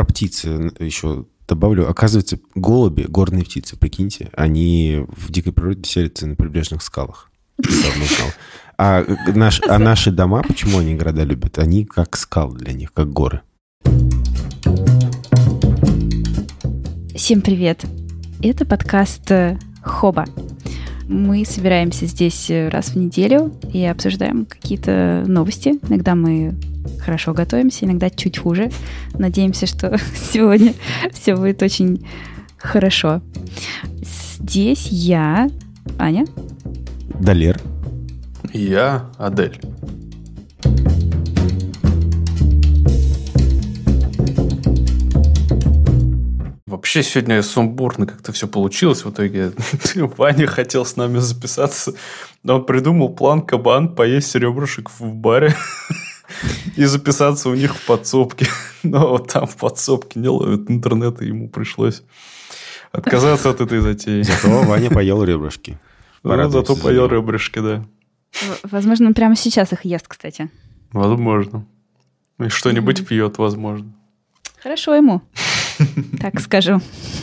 про птицы еще добавлю. Оказывается, голуби, горные птицы, прикиньте, они в дикой природе селятся на прибрежных скалах. Давно знал. А наши дома, почему они города любят? Они как скалы для них, как горы. Всем привет! Это подкаст «Хоба». Мы собираемся здесь раз в неделю и обсуждаем какие-то новости. Иногда мы хорошо готовимся, иногда чуть хуже. Надеемся, что сегодня все будет очень хорошо. Здесь я, Аня. Далер. Я, Адель. Вообще сегодня сумбурно как-то все получилось. В итоге Ваня хотел с нами записаться, но он придумал план кабан поесть ребрышек в баре и записаться у них в подсобке. Но вот там в подсобке не ловит интернет, и ему пришлось отказаться от этой затеи. Зато Ваня поел ребрышки. Зато поел ребрышки, да. Возможно, он прямо сейчас их ест, кстати. Возможно. И что-нибудь пьет, возможно. Хорошо ему, так скажу.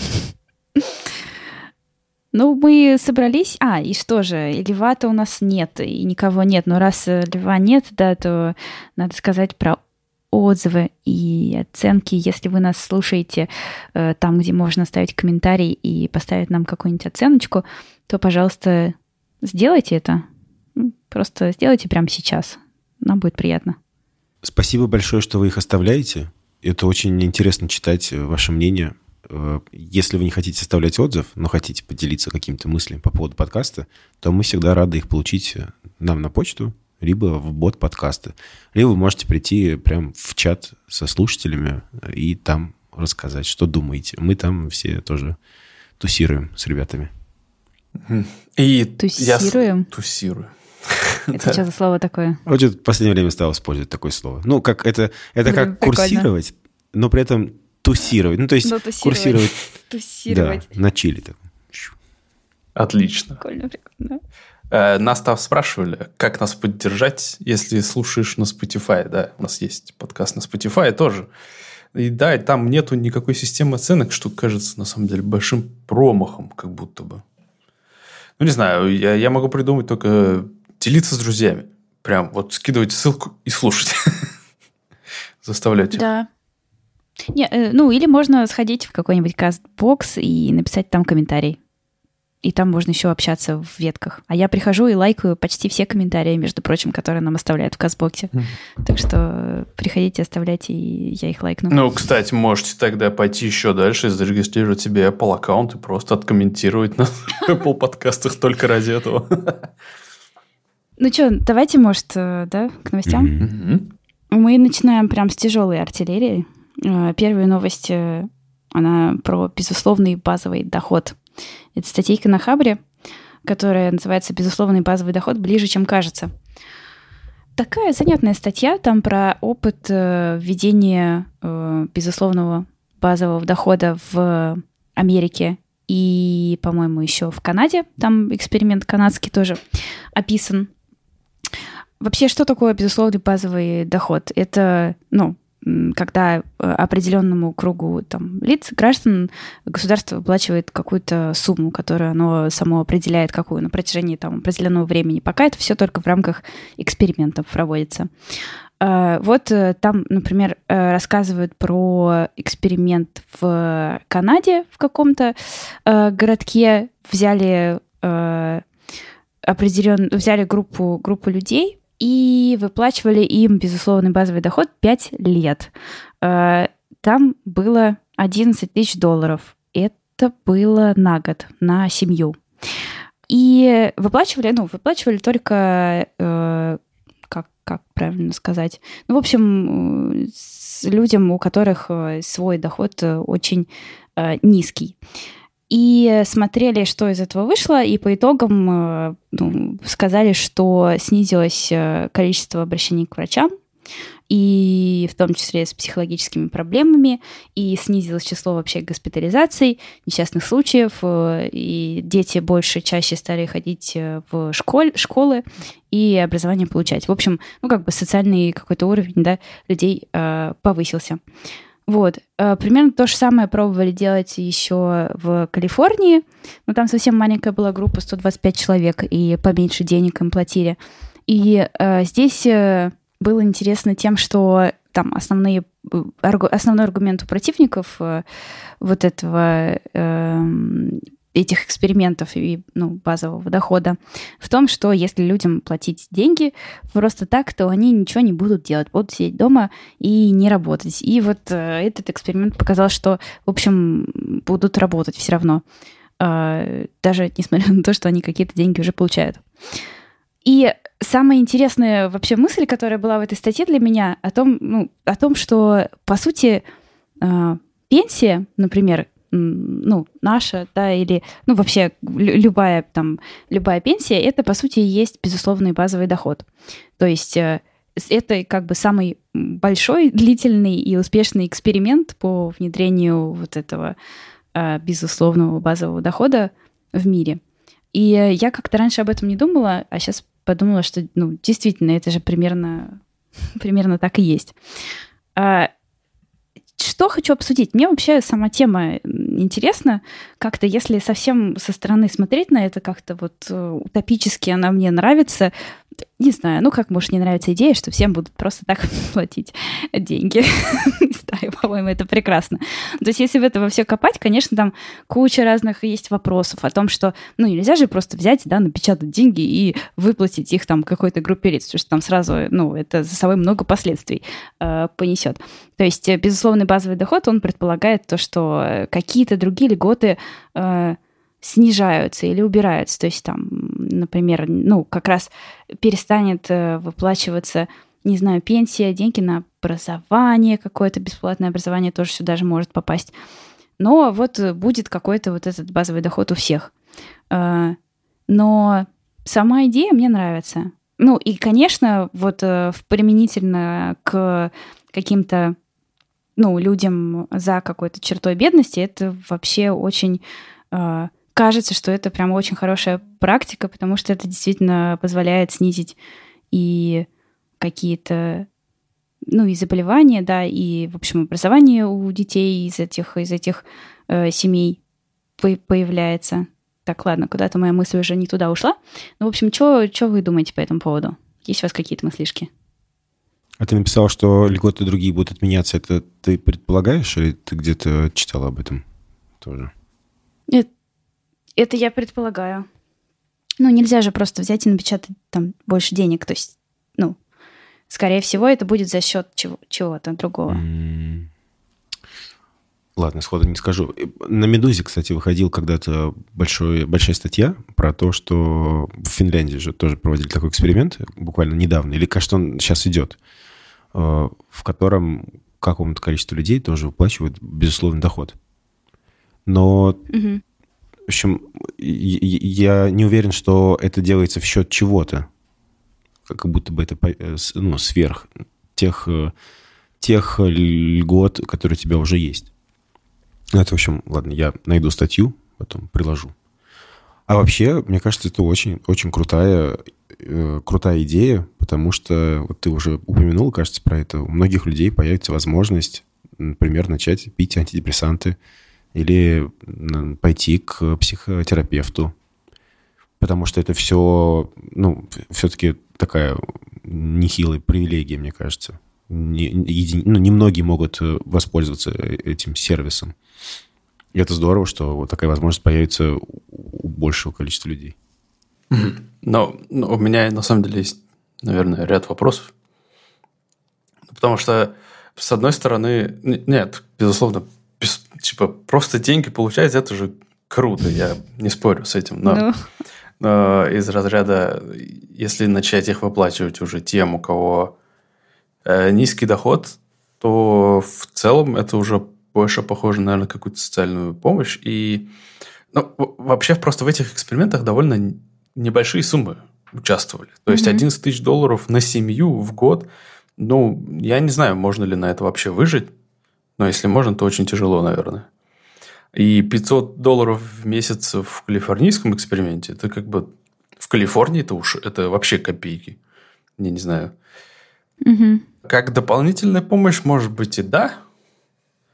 Ну, мы собрались. И что же, льва-то у нас нет, и никого нет. Но раз льва нет, да, то надо сказать про отзывы и оценки. Если вы нас слушаете там, где можно оставить комментарий и поставить нам какую-нибудь оценочку, то, пожалуйста, сделайте это. Просто сделайте прямо сейчас. Нам будет приятно. Спасибо большое, что вы их оставляете. Это очень интересно читать ваше мнение. Если вы не хотите оставлять отзыв, но хотите поделиться какими-то мыслями по поводу подкаста, то мы всегда рады их получить нам на почту, либо в бот подкаста. Либо вы можете прийти прямо в чат со слушателями и там рассказать, что думаете. Мы там все тоже тусируем с ребятами. И тусируем? Тусирую. Это что за слово такое? Вот в последнее время стал использовать такое слово. Ну, как это как курсировать, но при этом тусировать. Ну, то есть курсировать. Тусировать. Да, на чили. Так. Отлично. Прикольно. Нас там спрашивали, как нас поддержать, если слушаешь на Spotify. Да, у нас есть подкаст на Spotify тоже. И да, там нету никакой системы оценок, что кажется, на самом деле, большим промахом, как будто бы. Ну, не знаю, я могу придумать только делиться с друзьями. Прям вот скидывать ссылку и слушать. Заставлять их. Да. Или можно сходить в какой-нибудь кастбокс и написать там комментарий. И там можно еще общаться в ветках. А я прихожу и лайкаю почти все комментарии, между прочим, которые нам оставляют в кастбоксе. Так что приходите, оставляйте, и я их лайкну. Ну, кстати, можете тогда пойти еще дальше, зарегистрировать себе Apple аккаунт и просто откомментировать на Apple подкастах только ради этого. Ну что, давайте, может, да, к новостям? Мы начинаем прям с тяжелой артиллерии. Первая новость, она про безусловный базовый доход. Это статейка на Хабре, которая называется «Безусловный базовый доход ближе, чем кажется». Такая занятная статья там про опыт введения безусловного базового дохода в Америке и, по-моему, еще в Канаде. Там эксперимент канадский тоже описан. Вообще, что такое безусловный базовый доход? Это, когда определенному кругу лиц, граждан, государство выплачивает какую-то сумму, которую оно само определяет, какую на протяжении определенного времени. Пока это все только в рамках экспериментов проводится. Вот там, например, рассказывают про эксперимент в Канаде в каком-то городке. Взяли группу людей и выплачивали им безусловный базовый доход 5 лет. Там было $11 тысяч. Это было на год, на семью. И выплачивали только, как правильно сказать, в общем, людям, у которых свой доход очень низкий. И смотрели, что из этого вышло, и по итогам сказали, что снизилось количество обращений к врачам, и в том числе с психологическими проблемами, и снизилось число вообще госпитализаций, несчастных случаев, и дети чаще стали ходить в школы и образование получать. В общем, социальный какой-то уровень, да, людей повысился. Вот. Примерно то же самое пробовали делать еще в Калифорнии. Но там совсем маленькая была группа, 125 человек, и поменьше денег им платили. И здесь было интересно тем, что там основной аргумент у противников вот этого этих экспериментов и базового дохода в том, что если людям платить деньги просто так, то они ничего не будут делать, будут сидеть дома и не работать. И вот этот эксперимент показал, что, в общем, будут работать все равно, даже несмотря на то, что они какие-то деньги уже получают. И самая интересная вообще мысль, которая была в этой статье для меня, о том, что, по сути, пенсия, например, наша, да, или, вообще любая пенсия, это, по сути, и есть безусловный базовый доход. То есть это как бы самый большой, длительный и успешный эксперимент по внедрению вот этого безусловного базового дохода в мире. И я как-то раньше об этом не думала, а сейчас подумала, что, действительно, это же примерно так и есть. Что хочу обсудить? Мне вообще сама тема интересна. Как-то, если совсем со стороны смотреть на это, как-то вот утопически она мне нравится. Не знаю, как может не нравится идея, что всем будут просто так платить деньги. Не знаю, по-моему, это прекрасно. То есть, если в это во все копать, конечно, там куча разных есть вопросов о том, что, нельзя же просто взять, да, напечатать деньги и выплатить их там какой-то группе лиц, потому что там сразу, это за собой много последствий понесет. То есть, безусловный базовый доход, он предполагает то, что какие-то другие льготы снижаются или убираются. То есть там, например, как раз перестанет выплачиваться, не знаю, пенсия, деньги на образование, какое-то бесплатное образование тоже сюда же может попасть. Но вот будет какой-то вот этот базовый доход у всех. Но сама идея мне нравится. И, конечно, вот применительно к каким-то людям за какой-то чертой бедности, это вообще очень... Кажется, что это прям очень хорошая практика, потому что это действительно позволяет снизить и какие-то, и заболевания, да, и, в общем, образование у детей из этих семей появляется. Так, ладно, куда-то моя мысль уже не туда ушла. В общем, что вы думаете по этому поводу? Есть у вас какие-то мыслишки? А ты написал, что льготы другие будут отменяться. Это ты предполагаешь, или ты где-то читала об этом тоже? Это я предполагаю. Нельзя же просто взять и напечатать там больше денег. То есть, скорее всего, это будет за счет чего-то другого. Ладно, сходу не скажу. На «Медузе», кстати, выходила когда-то большая статья про то, что в Финляндии же тоже проводили такой эксперимент буквально недавно, или, кажется, он сейчас идет, в котором какому-то количеству людей тоже выплачивают безусловный доход. Но... В общем, я не уверен, что это делается в счет чего-то. Как будто бы это сверх тех льгот, которые у тебя уже есть. Это, в общем, ладно, я найду статью, потом приложу. А вообще, мне кажется, это очень, очень крутая идея, потому что, вот ты уже упомянул, кажется, про это, у многих людей появится возможность, например, начать пить антидепрессанты, или пойти к психотерапевту. Потому что это все, все-таки такая нехилая привилегия, мне кажется. Немногие могут воспользоваться этим сервисом. И это здорово, что вот такая возможность появится у большего количества людей. Но у меня, на самом деле, есть, наверное, ряд вопросов. Потому что, с одной стороны, нет, безусловно, просто деньги получать, это же круто, я не спорю с этим. Но из разряда, если начать их выплачивать уже тем, у кого низкий доход, то в целом это уже больше похоже, наверное, на какую-то социальную помощь. И вообще просто в этих экспериментах довольно небольшие суммы участвовали. То есть $11 тысяч на семью в год. Я не знаю, можно ли на это вообще выжить. Но если можно, то очень тяжело, наверное. И $500 в месяц в калифорнийском эксперименте, это как бы... В Калифорнии это вообще копейки. Не знаю. Как дополнительная помощь, может быть, и да.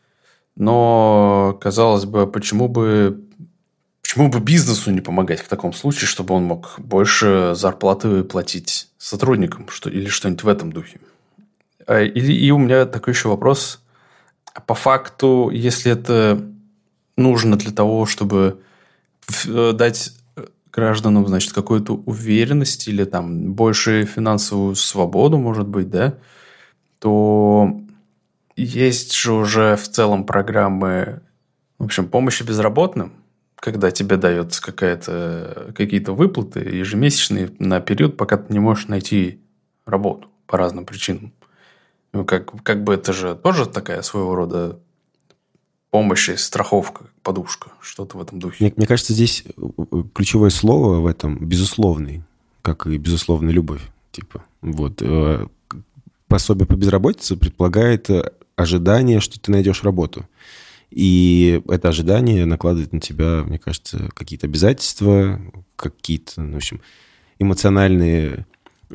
Но, казалось бы, почему бы бизнесу не помогать в таком случае, чтобы он мог больше зарплаты платить сотрудникам или что-нибудь в этом духе? И у меня такой еще вопрос. По факту, если это нужно для того, чтобы дать гражданам, значит, какую-то уверенность или там большую финансовую свободу, может быть, да, то есть же уже в целом программы, в общем, помощи безработным, когда тебе дается какие-то выплаты ежемесячные на период, пока ты не можешь найти работу по разным причинам. Ну, как бы это же тоже такая своего рода помощь, страховка, подушка, что-то в этом духе. Мне кажется, здесь ключевое слово в этом безусловный, как и безусловная любовь. Типа, вот. Пособие по безработице предполагает ожидание, что ты найдешь работу. И это ожидание накладывает на тебя, мне кажется, какие-то обязательства, какие-то, в общем, эмоциональные...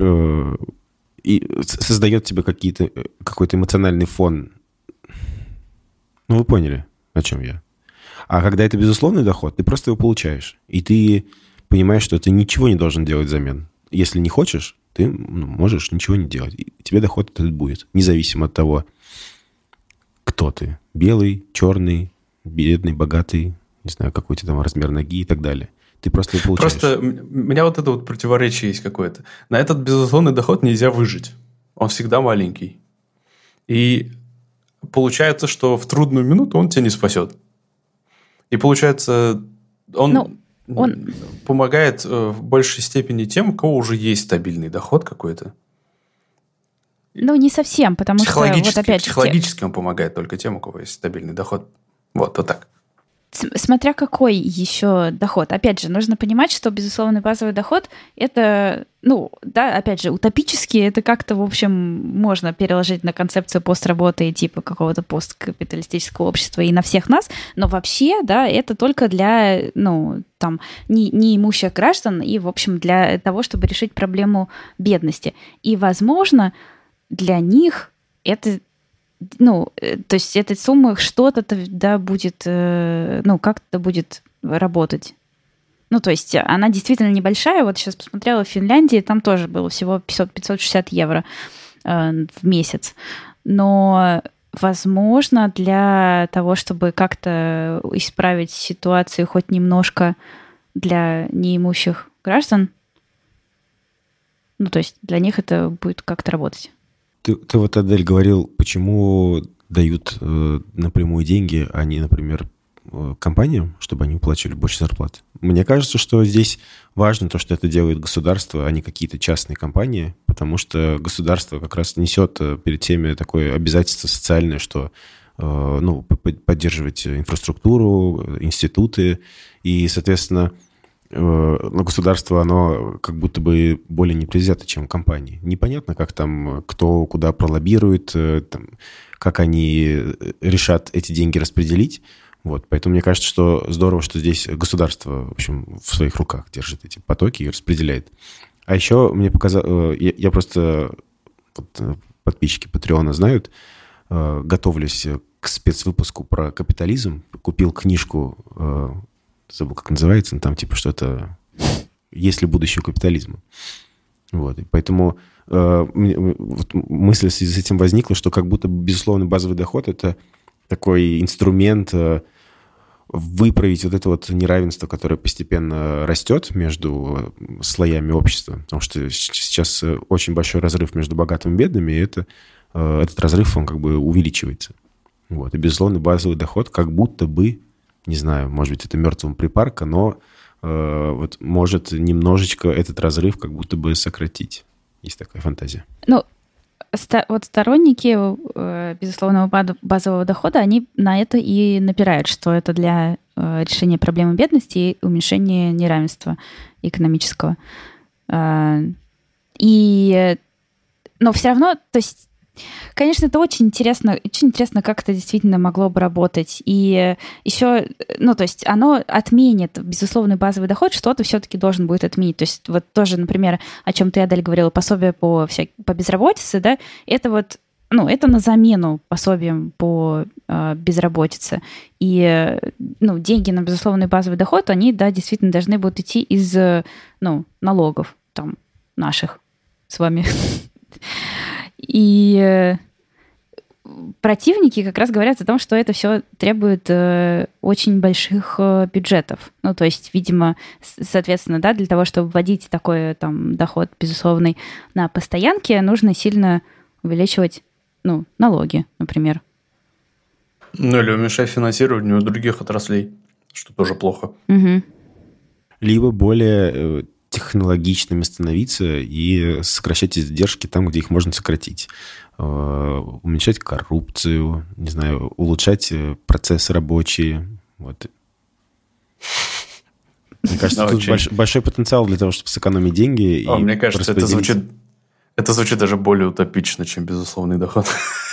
и создает тебе какой-то эмоциональный фон. Ну, вы поняли, о чем я. А когда это безусловный доход, ты просто его получаешь. И ты понимаешь, что ты ничего не должен делать взамен. Если не хочешь, ты можешь ничего не делать. И тебе доход этот будет, независимо от того, кто ты. Белый, черный, бедный, богатый, не знаю, какой у тебя там размер ноги и так далее. Ты просто его получаешь. Просто у меня вот это вот противоречие есть какое-то. На этот безусловный доход нельзя выжить. Он всегда маленький. И получается, что в трудную минуту он тебя не спасет. И получается, он помогает в большей степени тем, у кого уже есть стабильный доход какой-то. Ну, не совсем, потому что... Вот опять психологически он помогает только тем, у кого есть стабильный доход. Вот так. Смотря какой еще доход. Опять же, нужно понимать, что безусловный базовый доход – это, опять же, утопически, это как-то, в общем, можно переложить на концепцию постработы типа какого-то посткапиталистического общества и на всех нас, но вообще, да, это только для, неимущих граждан и, в общем, для того, чтобы решить проблему бедности. И, возможно, для них это... то есть эта сумма что-то, да, будет, как-то будет работать. То есть она действительно небольшая. Вот сейчас посмотрела в Финляндии, там тоже было всего 560 евро в месяц. Но, возможно, для того, чтобы как-то исправить ситуацию хоть немножко для неимущих граждан, то есть для них это будет как-то работать. Ты вот, Адель, говорил, почему дают напрямую деньги, а не, например, компаниям, чтобы они уплачивали больше зарплат. Мне кажется, что здесь важно то, что это делает государство, а не какие-то частные компании, потому что государство как раз несет перед всеми такое обязательство социальное, что поддерживать инфраструктуру, институты, и, соответственно, государство, оно как будто бы более непредвзято, чем компании. Непонятно, как там, кто куда пролоббирует, как они решат эти деньги распределить. Вот. Поэтому мне кажется, что здорово, что здесь государство, в общем, в своих руках держит эти потоки и распределяет. А еще мне показалось... Я просто... подписчики Патреона знают, готовлюсь к спецвыпуску про капитализм. Купил книжку... забыл, как называется, но там типа что-то «Есть ли будущее капитализма?». Вот, и поэтому мысль в связи с этим возникла, что как будто безусловно базовый доход – это такой инструмент выправить вот это вот неравенство, которое постепенно растет между слоями общества. Потому что сейчас очень большой разрыв между богатыми и бедными, и этот разрыв, он как бы увеличивается. Вот, и безусловно базовый доход как будто бы, не знаю, может быть, это мертвым припарка, но может немножечко этот разрыв как будто бы сократить. Есть такая фантазия. Вот сторонники безусловного базового дохода, они на это и напирают, что это для решения проблемы бедности и уменьшения неравенства экономического. Но все равно, то есть, конечно, это очень интересно, как это действительно могло бы работать. И еще, то есть оно отменит безусловный базовый доход, что-то все-таки должен будет отменить. То есть вот тоже, например, о чем ты, Адель, говорила, пособие по безработице, да, это вот это на замену пособиям по безработице. И деньги на безусловный базовый доход, они, да, действительно должны будут идти из налогов там, наших с вами. И противники как раз говорят о том, что это все требует очень больших бюджетов. То есть, видимо, соответственно, да, для того, чтобы вводить такой там доход безусловный на постоянке, нужно сильно увеличивать налоги, например. Или уменьшать финансирование у других отраслей, что тоже плохо. Угу. Либо более технологичными становиться и сокращать издержки там, где их можно сократить. Уменьшать коррупцию, не знаю, улучшать процессы рабочие. Вот. Мне кажется, тут большой потенциал для того, чтобы сэкономить деньги. Мне кажется, это звучит даже более утопично, чем безусловный доход.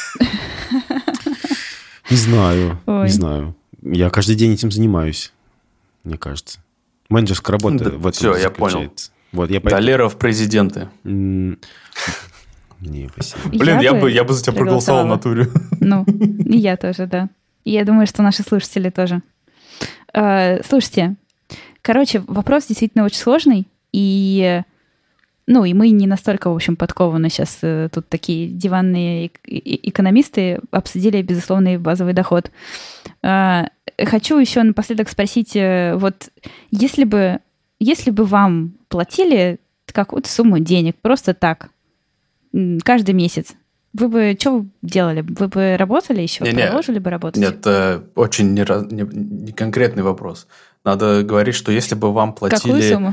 Не знаю. Я каждый день этим занимаюсь, мне кажется. Менеджерская работа в этом все, я понял. Вот, Долеров в президенты. Не, спасибо. Блин, я бы за тебя проголосовал в натуре. И я тоже, да. И я думаю, что наши слушатели тоже. Слушайте, короче, вопрос действительно очень сложный, и мы не настолько, в общем, подкованы сейчас. Тут такие диванные экономисты обсудили безусловный базовый доход. Хочу еще напоследок спросить, вот если бы вам платили какую-то сумму денег просто так, каждый месяц, вы бы что делали? Вы бы работали еще? Продолжили бы работать? Нет, очень не конкретный вопрос. Надо говорить, что если бы вам платили... Какую сумму?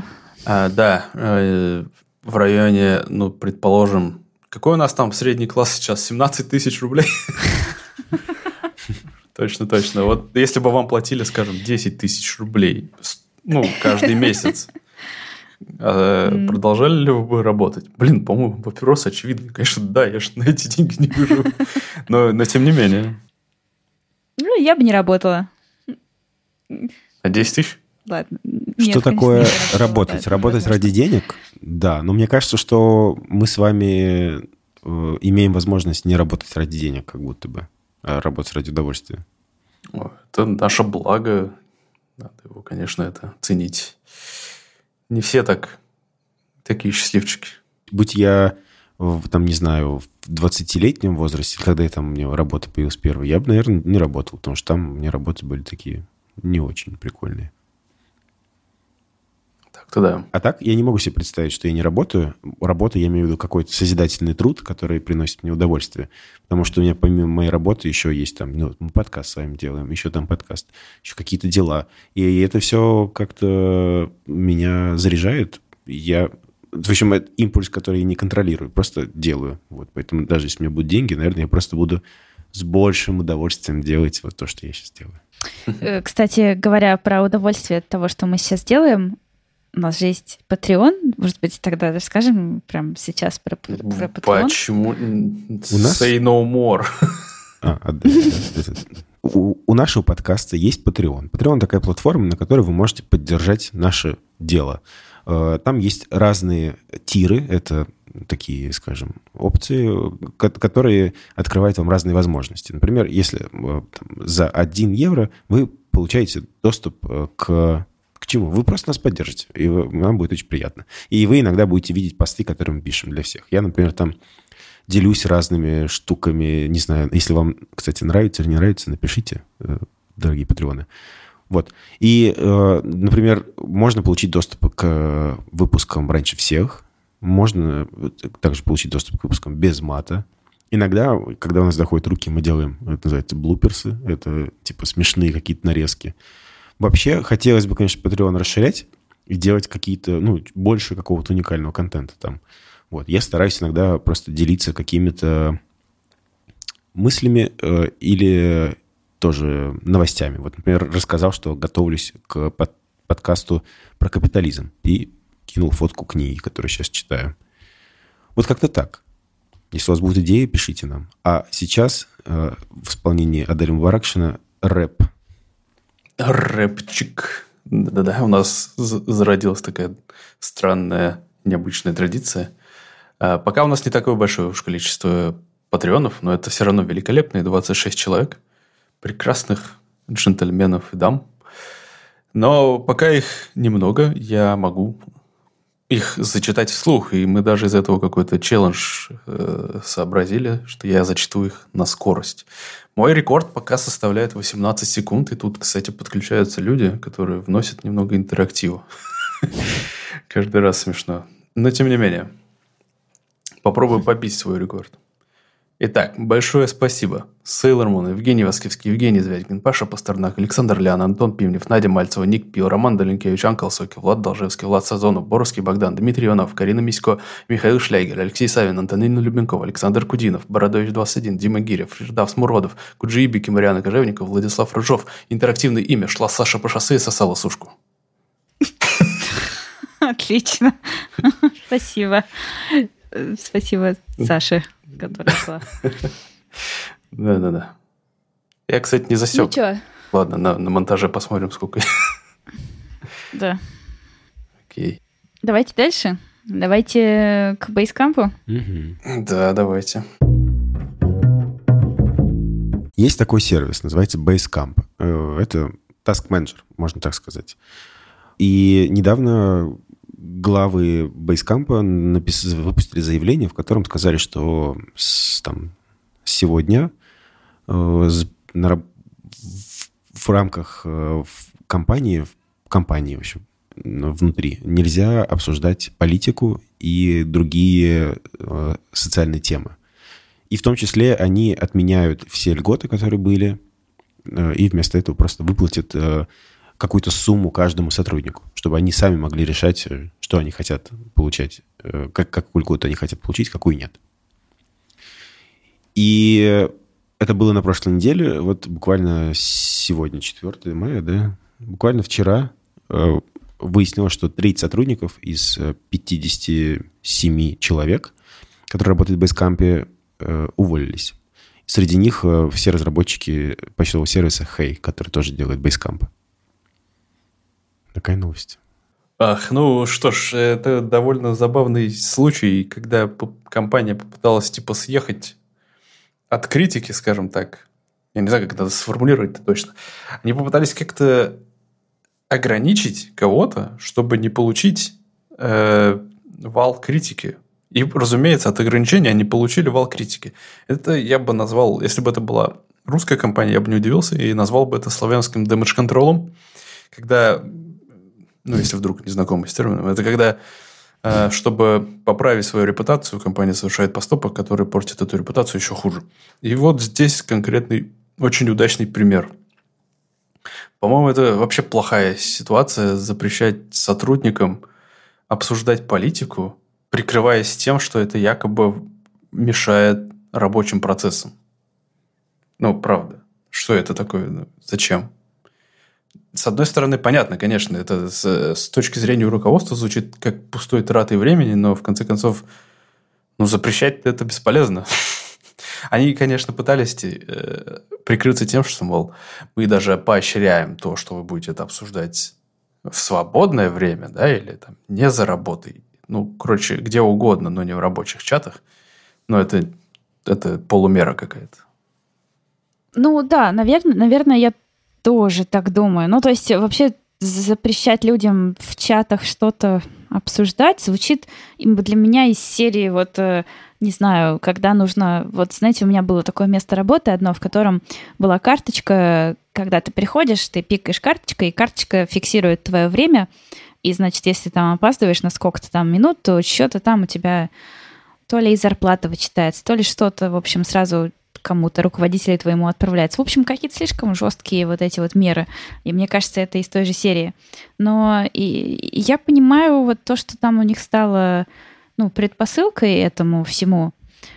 В районе, предположим, какой у нас там средний класс сейчас? 17 тысяч рублей? Точно. Вот если бы вам платили, скажем, 10 тысяч рублей, каждый месяц, продолжали ли вы бы работать? Блин, по-моему, вопрос очевидный. Конечно, да, я же на эти деньги не выживу. Но тем не менее. Я бы не работала. А 10 тысяч? Ладно. Что такое работать? Работать ради денег? Да, но мне кажется, что мы с вами имеем возможность не работать ради денег, как будто бы, а работать ради удовольствия. Это наше благо. Надо его, конечно, это ценить. Не все такие счастливчики. Будь я, в 20-летнем возрасте, когда у меня работа появилась первая, я бы, наверное, не работал, потому что там у меня работы были такие не очень прикольные. Так-то да. А так я не могу себе представить, что я не работаю. Работа, я имею в виду какой-то созидательный труд, который приносит мне удовольствие. Потому что у меня помимо моей работы еще есть мы подкаст с вами делаем, еще там подкаст, еще какие-то дела. И это все как-то меня заряжает. В общем, это импульс, который я не контролирую, просто делаю. Вот. Поэтому даже если у меня будут деньги, наверное, я просто буду с большим удовольствием делать вот то, что я сейчас делаю. Кстати, говоря про удовольствие от того, что мы сейчас делаем, у нас же есть Patreon. Может быть, тогда расскажем прямо сейчас про Patreon? Почему? У нас? Say no more. У нашего подкаста есть Patreon. Patreon — такая платформа, на которой вы можете поддержать наше дело. Там есть разные тиры. Это такие, скажем, опции, которые открывают вам разные возможности. Например, если за 1 евро вы получаете доступ к чему? Вы просто нас поддержите, и нам будет очень приятно. И вы иногда будете видеть посты, которые мы пишем для всех. Я, например, там делюсь разными штуками. Не знаю, если вам, кстати, нравится или не нравится, напишите, дорогие патреоны. Вот. И, например, можно получить доступ к выпускам раньше всех. Можно также получить доступ к выпускам без мата. Иногда, когда у нас доходят руки, мы делаем, это называется, блуперсы. Это типа смешные какие-то нарезки. Вообще, хотелось бы, конечно, Patreon расширять и делать какие-то, больше какого-то уникального контента там. Вот. Я стараюсь иногда просто делиться какими-то мыслями или тоже новостями. Вот, например, рассказал, что готовлюсь к подкасту про капитализм и кинул фотку книги, которую сейчас читаю. Вот как-то так. Если у вас будут идеи, пишите нам. А сейчас в исполнении Адель Мубаракшина рэп. Рэпчик. Да-да, у нас зародилась такая странная, необычная традиция. Пока у нас не такое большое уж количество патреонов, но это все равно великолепные 26 человек, прекрасных джентльменов и дам. Но пока их немного, я могу их зачитать вслух, и мы даже из этого какой-то челлендж сообразили, что я зачту их на скорость. Мой рекорд пока составляет 18 секунд, и тут, кстати, подключаются люди, которые вносят немного интерактива. Каждый раз смешно. Но, тем не менее, попробую побить свой рекорд. Итак, большое спасибо. Сейлор Мун, Евгений Васкевский, Евгений Звягин, Паша Пастернак, Александр Лян, Антон Пимнев, Надя Мальцева, Ник Пил, Роман Доленкевич, Анкл Соки, Влад Должевский, Влад Сазонов, Боровский Богдан, Дмитрий Иванов, Карина Мисько, Михаил Шлягер, Алексей Савин, Антонина Любенков, Александр Кудинов, Бородович 21, Дима Гирев, Фрирдав Смуродов, Куджиибики, Мариана Кожевников, Владислав Рыжов. Интерактивное имя. Шла Саша по шоссе и сосала сушку. Отлично. Спасибо. Спасибо Саше, которая шла. Да. Я, кстати, не засек. Ну что? Ладно, на монтаже посмотрим, сколько. Да. Окей. Давайте дальше. Давайте к бейскампу. Да, давайте. Есть такой сервис, называется Basecamp. Это Task Manager, можно так сказать. И недавно главы Basecamp выпустили заявление, в котором сказали, что сегодня в рамках компании, в общем, внутри нельзя обсуждать политику и другие социальные темы. И в том числе они отменяют все льготы, которые были, и вместо этого просто выплатят какую-то сумму каждому сотруднику, чтобы они сами могли решать, что они хотят получать, какую льготу они хотят получить, какую нет. И это было на прошлой неделе, вот буквально сегодня, 4 мая, да, буквально вчера выяснилось, что треть сотрудников из 57 человек, которые работают в Basecamp, уволились. Среди них все разработчики почтового сервиса Hey, который тоже делает Basecamp. Такая новость. Ах, ну что ж, это довольно забавный случай, когда компания попыталась съехать от критики, скажем так. Я не знаю, как это сформулировать точно. Они попытались как-то ограничить кого-то, чтобы не получить вал критики. И, разумеется, от ограничения они получили вал критики. Это я бы назвал, если бы это была русская компания, я бы не удивился и назвал бы это славянским damage-контролом. Когда, если вдруг не знакомы с термином, это когда, чтобы поправить свою репутацию, компания совершает поступок, который портит эту репутацию еще хуже. И вот здесь конкретный, очень удачный пример. По-моему, это вообще плохая ситуация запрещать сотрудникам обсуждать политику, прикрываясь тем, что это якобы мешает рабочим процессам. Правда. Что это такое? Зачем? С одной стороны, понятно, конечно, это с точки зрения руководства звучит как пустой тратой времени, но в конце концов, запрещать это бесполезно. Они, конечно, пытались прикрыться тем, что, мол, мы даже поощряем то, что вы будете это обсуждать в свободное время, да, или не за работой. Где угодно, но не в рабочих чатах. Но это полумера какая-то. Да, наверное, я тоже так думаю. То есть, вообще запрещать людям в чатах что-то обсуждать звучит для меня из серии, не знаю, когда нужно... знаете, у меня было такое место работы одно, в котором была карточка, когда ты приходишь, ты пикаешь карточкой, и карточка фиксирует твое время. И, значит, если там опаздываешь на сколько-то там минут, то что-то там у тебя то ли и зарплата вычитается, то ли что-то, в общем, сразу кому-то, руководителю твоему отправляется. В общем, какие-то слишком жесткие эти меры. И мне кажется, это из той же серии. Но и я понимаю то, что там у них стало предпосылкой этому всему.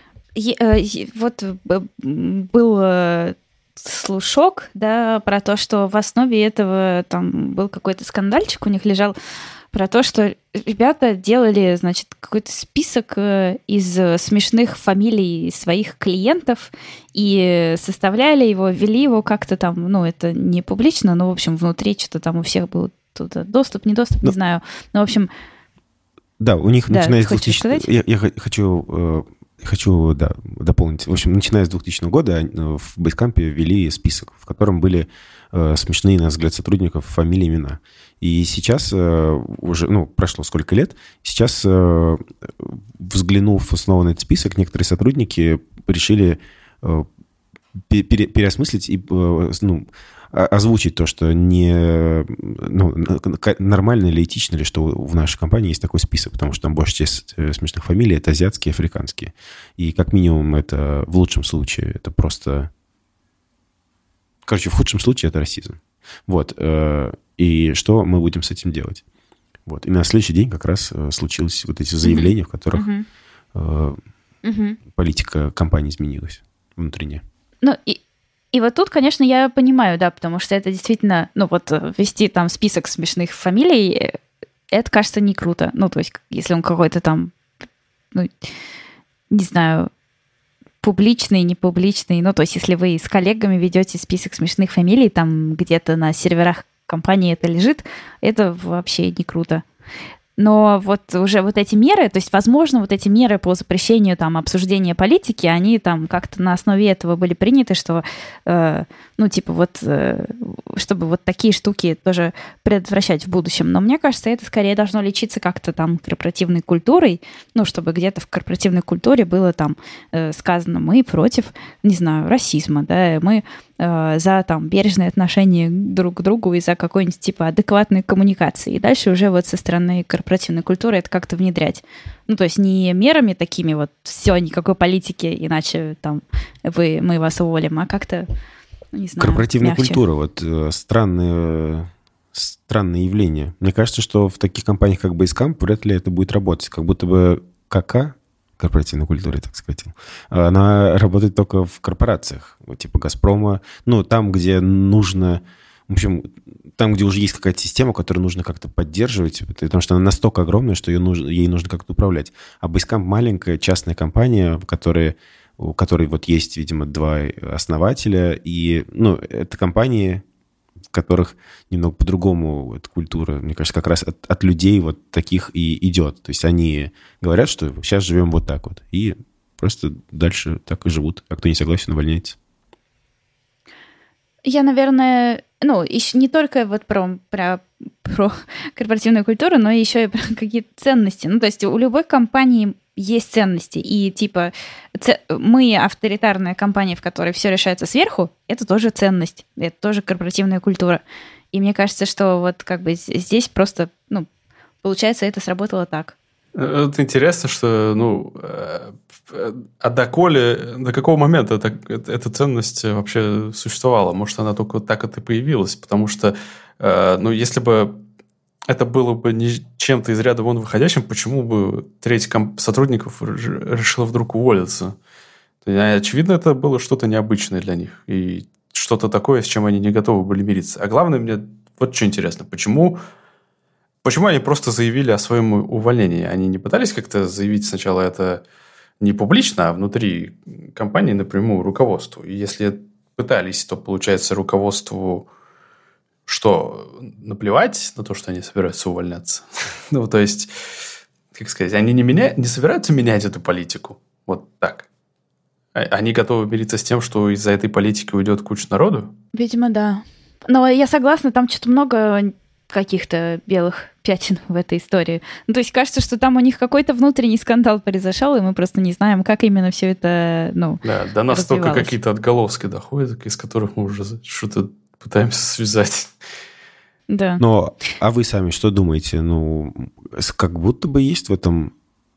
Был слушок, да, про то, что в основе этого там был какой-то скандальчик у них лежал, про то, что ребята делали, значит, какой-то список из смешных фамилий своих клиентов и составляли его, ввели его как-то там, это не публично, но, в общем, внутри что-то там у всех был туда доступ, не доступ, не знаю. Но, в общем... Да, у них, начиная с 2000... Я хочу Хочу дополнить. В общем, начиная с 2000 года в Basecamp ввели список, в котором были смешные, на взгляд сотрудников, фамилии, имена. И сейчас уже, прошло сколько лет, сейчас, взглянув снова на этот список, некоторые сотрудники решили переосмыслить и озвучить то, что нормально или этично ли, что в нашей компании есть такой список, потому что там большая часть смешных фамилий — это азиатские, африканские. И как минимум это в лучшем случае это просто... Короче, в худшем случае это расизм. Вот. И что мы будем с этим делать? Вот. И на следующий день как раз случилось вот эти заявления, в которых политика компании изменилась внутренне. И вот тут, конечно, я понимаю, да, потому что это действительно, вести там список смешных фамилий, это, кажется, не круто. То есть, если он какой-то там, не знаю, публичный, не публичный, то есть, если вы с коллегами ведете список смешных фамилий, там где-то на серверах компании это лежит, это вообще не круто. Но вот уже вот эти меры, то есть, возможно, вот эти меры по запрещению там обсуждения политики, они там как-то на основе этого были приняты, что, чтобы вот такие штуки тоже предотвращать в будущем. Но мне кажется, это скорее должно лечиться как-то там корпоративной культурой, чтобы где-то в корпоративной культуре было там сказано: мы против, не знаю, расизма, да, мы за там бережное отношение друг к другу и за какой-нибудь типа адекватной коммуникации. И дальше уже вот со стороны корпоративной культуры это как-то внедрять. То есть не мерами такими вот: все, никакой политики, иначе там мы вас уволим, а как-то, не знаю, корпоративная мягче. культура, странное явление. Мне кажется, что в таких компаниях, как Basecamp, вряд ли это будет работать. Как будто бы корпоративной культуры, так сказать, она работает только в корпорациях, типа «Газпрома». Там, где нужно... В общем, там, где уже есть какая-то система, которую нужно как-то поддерживать, потому что она настолько огромная, что ей нужно как-то управлять. А Basecamp — маленькая частная компания, у которой вот есть, видимо, два основателя. И, это компании, в которых немного по-другому эта культура, мне кажется, как раз от людей вот таких и идет. То есть они говорят, что сейчас живем вот так вот. И просто дальше так и живут. А кто не согласен, увольняется. Я, наверное, еще не только вот про корпоративную культуру, но еще и про какие-то ценности. То есть у любой компании есть ценности. И типа мы авторитарная компания, в которой все решается сверху, это тоже ценность, это тоже корпоративная культура. И мне кажется, что вот как бы здесь просто, получается, это сработало так. Это интересно, что, до какого момента эта ценность вообще существовала? Может, она только так и появилась? Потому что, если бы это было бы не чем-то из ряда вон выходящим, почему бы треть сотрудников решила вдруг уволиться? Очевидно, это было что-то необычное для них. И что-то такое, с чем они не готовы были мириться. А главное, мне вот что интересно. Почему они просто заявили о своем увольнении? Они не пытались как-то заявить сначала это не публично, а внутри компании напрямую руководству? И если пытались, то, получается, руководству что, наплевать на то, что они собираются увольняться? То есть, как сказать, они не собираются менять эту политику? Вот так. Они готовы мириться с тем, что из-за этой политики уйдет куча народу? Видимо, да. Но я согласна, там что-то много каких-то белых пятен в этой истории. То есть кажется, что там у них какой-то внутренний скандал произошел, и мы просто не знаем, как именно все это, до нас только какие-то отголоски доходят, из которых мы уже что-то пытаемся связать. Да. А вы сами что думаете? Как будто бы есть в этом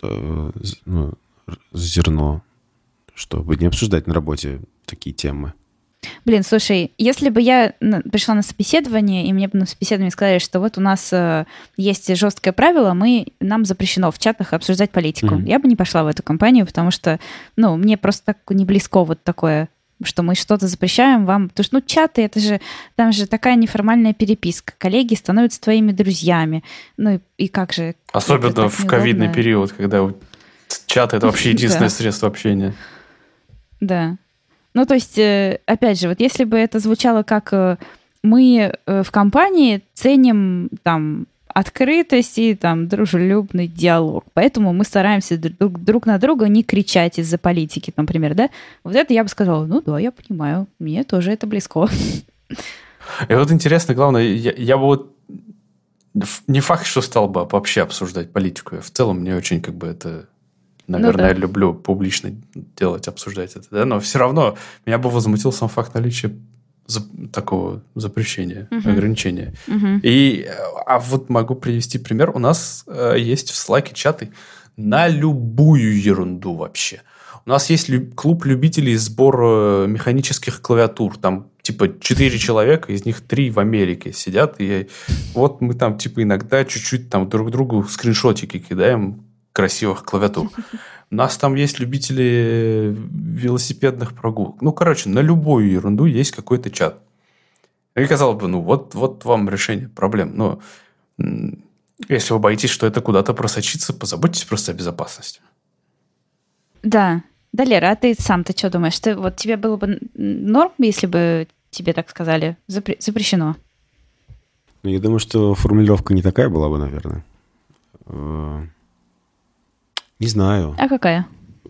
зерно, чтобы не обсуждать на работе такие темы. Блин, слушай, если бы я пришла на собеседование, и мне бы на собеседовании сказали, что вот у нас есть жесткое правило, нам запрещено в чатах обсуждать политику. Я бы не пошла в эту компанию, потому что, мне просто так не близко вот такое, что мы что-то запрещаем вам. Потому что, чаты, там же такая неформальная переписка. Коллеги становятся твоими друзьями. И как же... Особенно в ковидный период, когда чат — это вообще единственное средство общения. Да. То есть, опять же, вот если бы это звучало как мы в компании ценим там открытость и там дружелюбный диалог. Поэтому мы стараемся друг на друга не кричать из-за политики, например, да? Вот это я бы сказала, ну да, я понимаю, мне тоже это близко. И вот интересно, главное, я бы вот не факт, что стал бы вообще обсуждать политику. В целом, мне очень как бы это... Наверное, я люблю публично делать, обсуждать это, да? Но все равно меня бы возмутил сам факт наличия такого запрещения, ограничения. А вот могу привести пример. У нас есть в Slack чаты на любую ерунду вообще. У нас есть клуб любителей сбора механических клавиатур. Там типа 4 человека, из них 3 в Америке сидят. И вот мы там типа иногда чуть-чуть там друг другу скриншотики кидаем красивых клавиатур. У нас там есть любители велосипедных прогулок. Ну, короче, на любую ерунду есть какой-то чат. И казалось бы, ну, вот вам решение проблем. Но если вы боитесь, что это куда-то просочится, позаботьтесь просто о безопасности. Да. Да, Лера, а ты сам-то что думаешь? Вот тебе было бы норм, если бы тебе так сказали, запрещено? Ну, я думаю, что формулировка не такая была бы, наверное. Не знаю. А какая?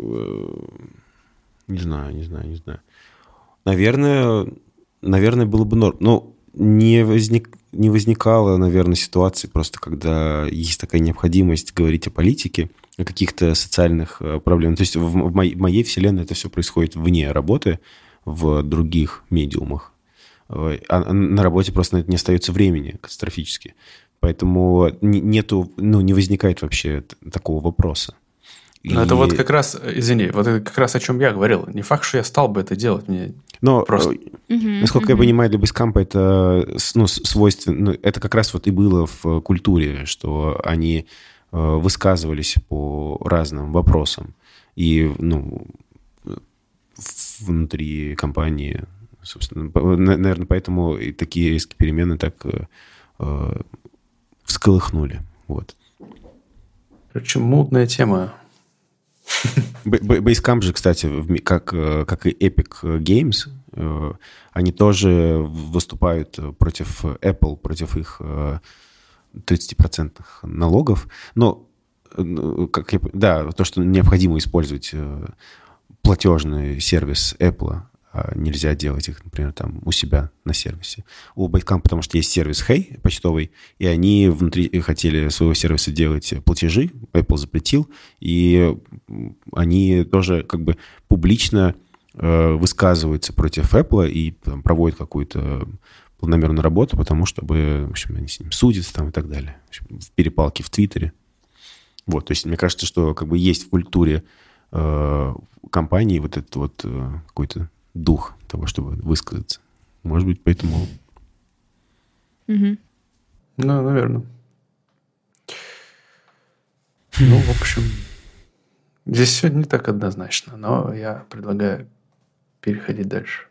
Не знаю. Наверное, было бы норм. Но не возникало, наверное, ситуации просто, когда есть такая необходимость говорить о политике, о каких-то социальных проблемах. То есть в моей вселенной это все происходит вне работы, в других медиумах. А на работе просто на это не остается времени катастрофически. Поэтому не возникает вообще такого вопроса. Но это вот как раз, извини, вот это как раз о чем я говорил. Не факт, что я стал бы это делать. Мне но, просто... насколько я понимаю, для бейскампа это свойственно. Это как раз вот и было в культуре, что они высказывались по разным вопросам. И внутри компании, собственно, наверное, поэтому и такие резкие перемены так всколыхнули. Вот. Короче, мутная тема. Basecamp же, кстати, как и Epic Games, они тоже выступают против Apple, против их 30% налогов. Но, то, что необходимо использовать платежный сервис Apple, а нельзя делать их, например, там у себя на сервисе. У Basecamp, потому что есть сервис Hey почтовый, и они внутри хотели своего сервиса делать платежи, Apple запретил, и они тоже как бы публично высказываются против Apple и там, проводят какую-то планомерную работу, потому чтобы, в общем, они с ним судятся там и так далее. В общем, в перепалке в Твиттере. Вот, то есть мне кажется, что как бы есть в культуре компании вот этот вот какой-то дух того, чтобы высказаться. Может быть, поэтому... Ну, наверное. Ну, в общем, здесь все не так однозначно, но я предлагаю переходить дальше.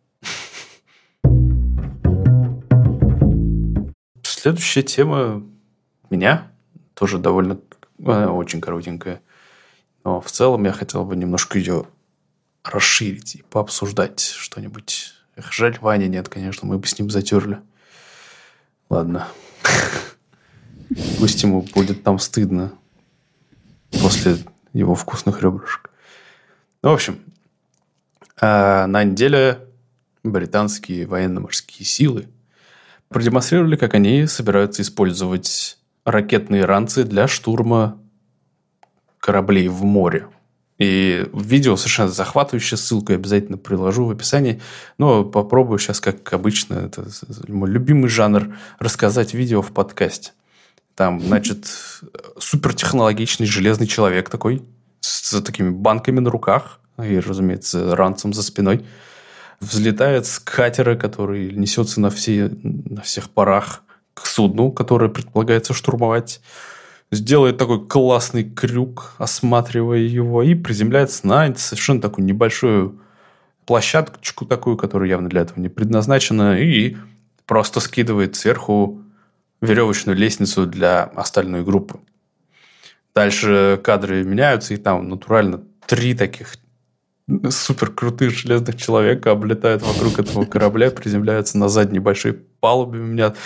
Следующая тема меня тоже довольно очень коротенькая. Но в целом я хотел бы немножко ее расширить и пообсуждать что-нибудь. Эх, жаль, Вани нет, конечно, мы бы с ним затерли. Ладно. Пусть ему будет там стыдно после его вкусных ребрышек. Ну, в общем, на неделе британские военно-морские силы продемонстрировали, как они собираются использовать ракетные ранцы для штурма кораблей в море. И видео совершенно захватывающее, ссылку я обязательно приложу в описании. Но попробую сейчас, как обычно, это мой любимый жанр, рассказать видео в подкасте. Там, значит, супертехнологичный железный человек такой, с такими банками на руках, и, разумеется, ранцем за спиной, взлетает с катера, который несется на всех парах к судну, которое предполагается штурмовать, сделает такой классный крюк, осматривая его, и приземляется на совершенно такую небольшую площадочку такую, которая явно для этого не предназначена, и просто скидывает сверху веревочную лестницу для остальной группы. Дальше кадры меняются, и там натурально 3 таких супер крутых железных человека облетают вокруг этого корабля, приземляются на задней большой палубе. У меня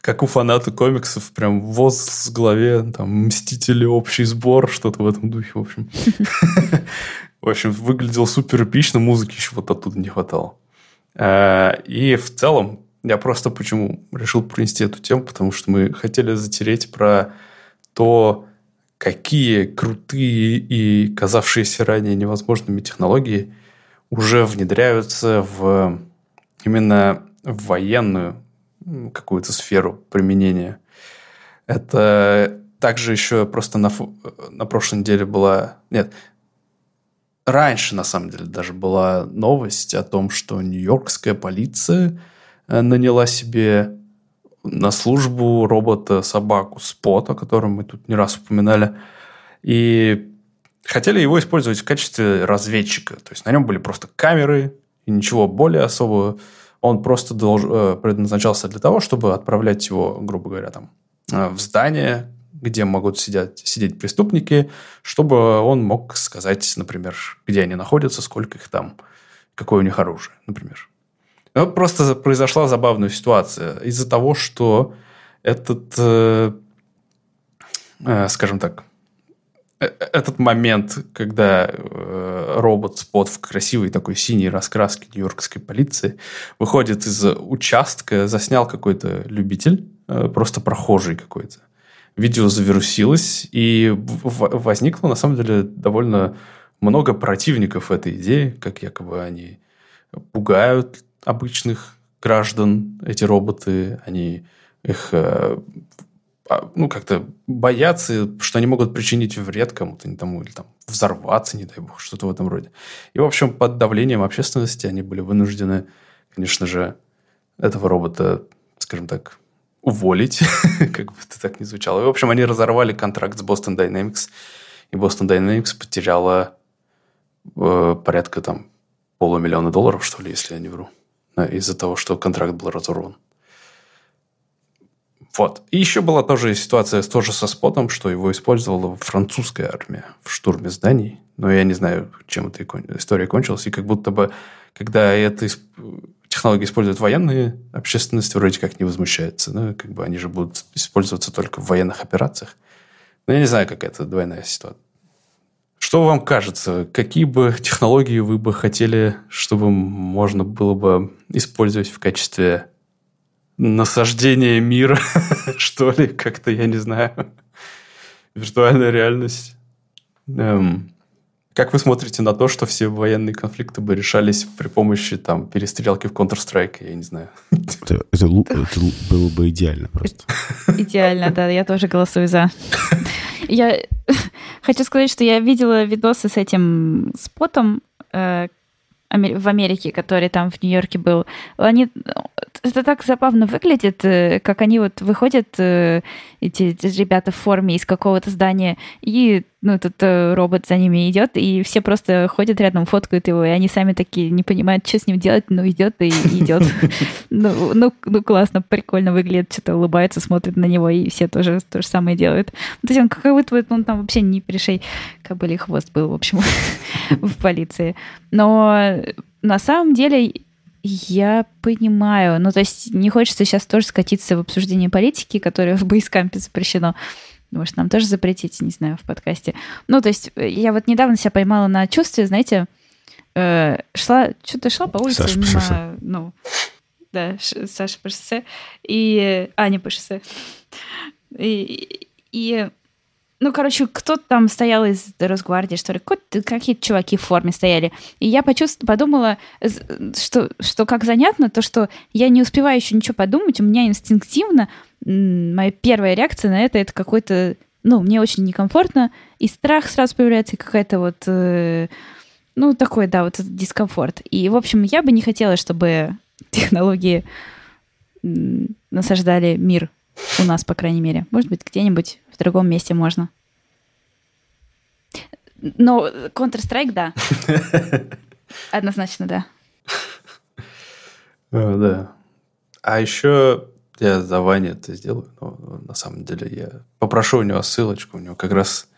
как у фаната комиксов, прям возглас в голове, там, «Мстители. Общий сбор», что-то в этом духе, в общем. В общем, выглядел супер эпично, музыки еще вот оттуда не хватало. И в целом, я просто почему решил принести эту тему, потому что мы хотели затереть про то, какие крутые и казавшиеся ранее невозможными технологии уже внедряются именно в военную какую-то сферу применения. Это также еще просто на прошлой неделе была... Нет, раньше, на самом деле, даже была новость о том, что нью-йоркская полиция наняла себе на службу робота-собаку Спот, о котором мы тут не раз упоминали, и хотели его использовать в качестве разведчика. То есть на нем были просто камеры и ничего более особого. Он просто предназначался для того, чтобы отправлять его, грубо говоря, там, в здание, где могут сидеть преступники, чтобы он мог сказать, например, где они находятся, сколько их там, какое у них оружие, например. Но просто произошла забавная ситуация из-за того, что этот, скажем так, этот момент, когда робот-спот в красивой такой синей раскраске нью-йоркской полиции выходит из участка, заснял какой-то любитель, просто прохожий какой-то. Видео завирусилось, и возникло, на самом деле, довольно много противников этой идеи, как якобы они пугают обычных граждан, эти роботы, они их как-то боятся, что они могут причинить вред кому-то, не тому, или там взорваться, не дай бог, что-то в этом роде. И, в общем, под давлением общественности они были вынуждены, конечно же, этого робота, скажем так, уволить, как бы это так ни звучало. И, в общем, они разорвали контракт с Boston Dynamics, и Boston Dynamics потеряла порядка там $500 000, что ли, если я не вру, из-за того, что контракт был разорван. Вот. И еще была тоже ситуация тоже со Спотом, что его использовала французская армия в штурме зданий. Но я не знаю, чем эта история кончилась. И как будто бы, когда эта технология использует военные, общественность вроде как не возмущается. Ну, как бы они же будут использоваться только в военных операциях. Но я не знаю, какая это двойная ситуация. Что вам кажется, какие бы технологии вы бы хотели, чтобы можно было бы использовать в качестве насаждения мира, что ли, как-то, я не знаю. Виртуальная реальность. Как вы смотрите на то, что все военные конфликты бы решались при помощи там перестрелки в Counter-Strike, я не знаю. Это было бы идеально просто. Идеально, да, я тоже голосую за. Я хочу сказать, что я видела видосы с этим Спотом в Америке, который там в Нью-Йорке был. Это так забавно выглядит, как они вот выходят, эти ребята в форме из какого-то здания, и этот робот за ними идет, и все просто ходят рядом, фоткают его, и они сами такие не понимают, что с ним делать, но идет и идет. Ну, классно, прикольно выглядит, что-то улыбается, смотрит на него, и все тоже то же самое делают. То есть он как будто он там вообще не перешей кобылий хвост был, в общем, в полиции. Но на самом деле я понимаю. Ну, то есть не хочется сейчас тоже скатиться в обсуждение политики, которое в бейскампе запрещено. Может, нам тоже запретить, не знаю, в подкасте. Ну, то есть я вот недавно себя поймала на чувстве, знаете, шла по улице Саша мимо... по шоссе. Ну, да, Саша по шоссе. И Аня по шоссе. И ну, короче, кто-то там стоял из Росгвардии, что ли, какие-то чуваки в форме стояли. И я подумала, что как занятно, то, что я не успеваю еще ничего подумать, у меня инстинктивно моя первая реакция на это какой-то, ну, мне очень некомфортно, и страх сразу появляется, и какая-то вот, ну, такой, да, вот этот дискомфорт. И, в общем, я бы не хотела, чтобы технологии насаждали мир у нас, по крайней мере. Может быть, где-нибудь в другом месте можно. Но Counter-Strike, да. Однозначно, да. Да. А еще я за Ваню это сделаю. Но на самом деле я попрошу у него ссылочку. У него как раз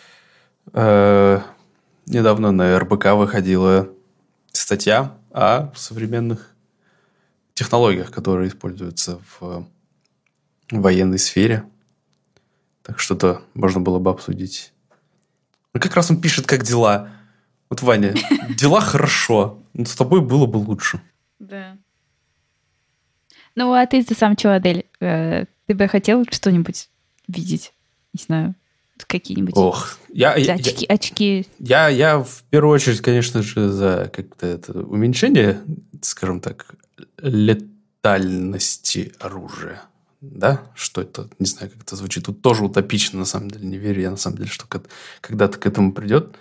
недавно на РБК выходила статья о современных технологиях, которые используются в военной сфере. Так что-то можно было бы обсудить. Ну, как раз он пишет, как дела. Вот, Ваня, дела хорошо. Но с тобой было бы лучше. Да. Ну, а ты сам что, Адель? Ты бы хотел что-нибудь видеть? Не знаю, какие-нибудь очки? Я в первую очередь, конечно же, за как-то это уменьшение, скажем так, летальности оружия. Да? Что это? Не знаю, как это звучит. Тут тоже утопично, на самом деле. Не верю я, на самом деле, что когда-то к этому придет.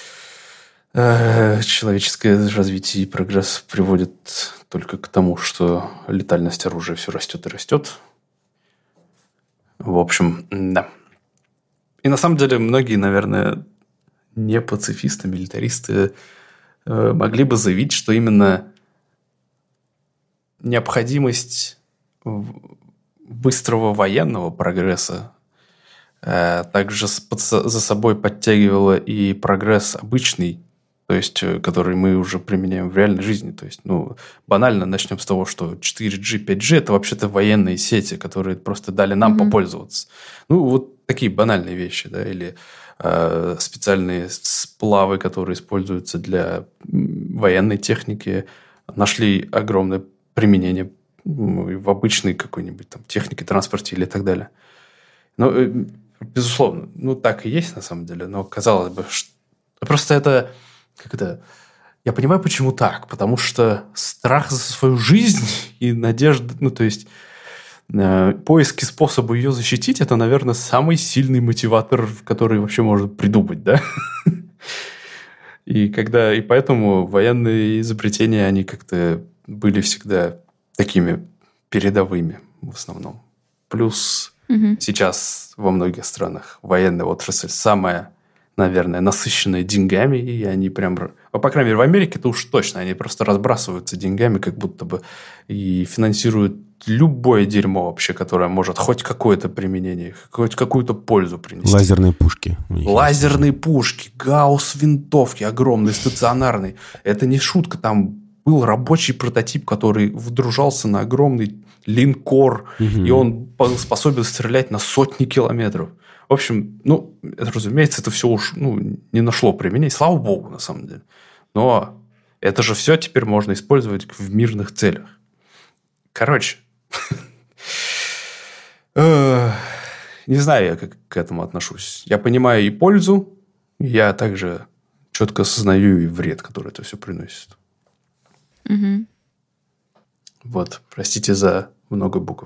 Человеческое развитие и прогресс приводит только к тому, что летальность оружия все растет и растет. В общем, да. И на самом деле многие, наверное, не пацифисты, милитаристы могли бы заявить, что именно необходимость быстрого военного прогресса также за собой подтягивала и прогресс обычный, то есть, который мы уже применяем в реальной жизни. То есть, банально начнем с того, что 4G, 5G – это вообще-то военные сети, которые просто дали нам попользоваться. Вот такие банальные вещи, да, или специальные сплавы, которые используются для военной техники, нашли огромное применение в обычной какой-нибудь там технике, транспорте или так далее. Безусловно, так и есть на самом деле, но казалось бы, что просто это... Я понимаю, почему так. Потому что страх за свою жизнь и надежда, поиски способа ее защитить, это, наверное, самый сильный мотиватор, который вообще можно придумать, да? И поэтому военные изобретения, они как-то были всегда такими передовыми в основном. Плюс сейчас во многих странах военная отрасль самая, наверное, насыщенная деньгами, и они прям... по крайней мере, в Америке-то уж точно, они просто разбрасываются деньгами, как будто бы, и финансируют любое дерьмо вообще, которое может хоть какое-то применение, хоть какую-то пользу принести. Лазерные пушки. Лазерные пушки, гаусс-винтовки огромные, стационарные. Это не шутка, там был рабочий прототип, который вдружался на огромный линкор, и он способен стрелять на сотни километров. В общем, разумеется, это все уж не нашло применения. Слава богу, на самом деле. Но это же все теперь можно использовать в мирных целях. Короче, не знаю я, как к этому отношусь. Я понимаю и пользу, я также четко осознаю и вред, который это все приносит. Вот, простите за много букв.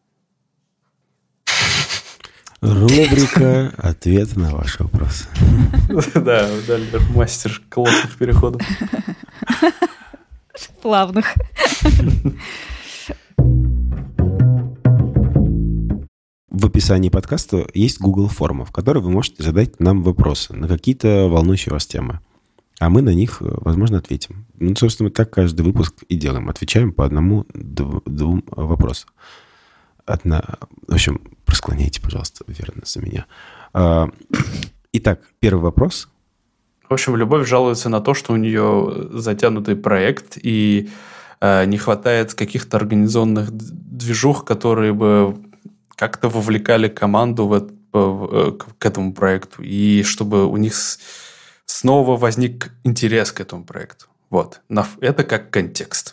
Рубрика «Ответы на ваши вопросы». Да, Дальнер мастер классных переходов. Плавных. В описании подкаста есть Google форма, в которой вы можете задать нам вопросы на какие-то волнующие вас темы. А мы на них, возможно, ответим. Собственно, так каждый выпуск и делаем. Отвечаем по одному-двум вопросам. В общем, просклоняйте, пожалуйста, верно за меня. Итак, первый вопрос. В общем, Любовь жалуется на то, что у нее затянутый проект и не хватает каких-то организационных движух, которые бы как-то вовлекали команду к этому проекту, и чтобы у них снова возник интерес к этому проекту. Вот. Это как контекст.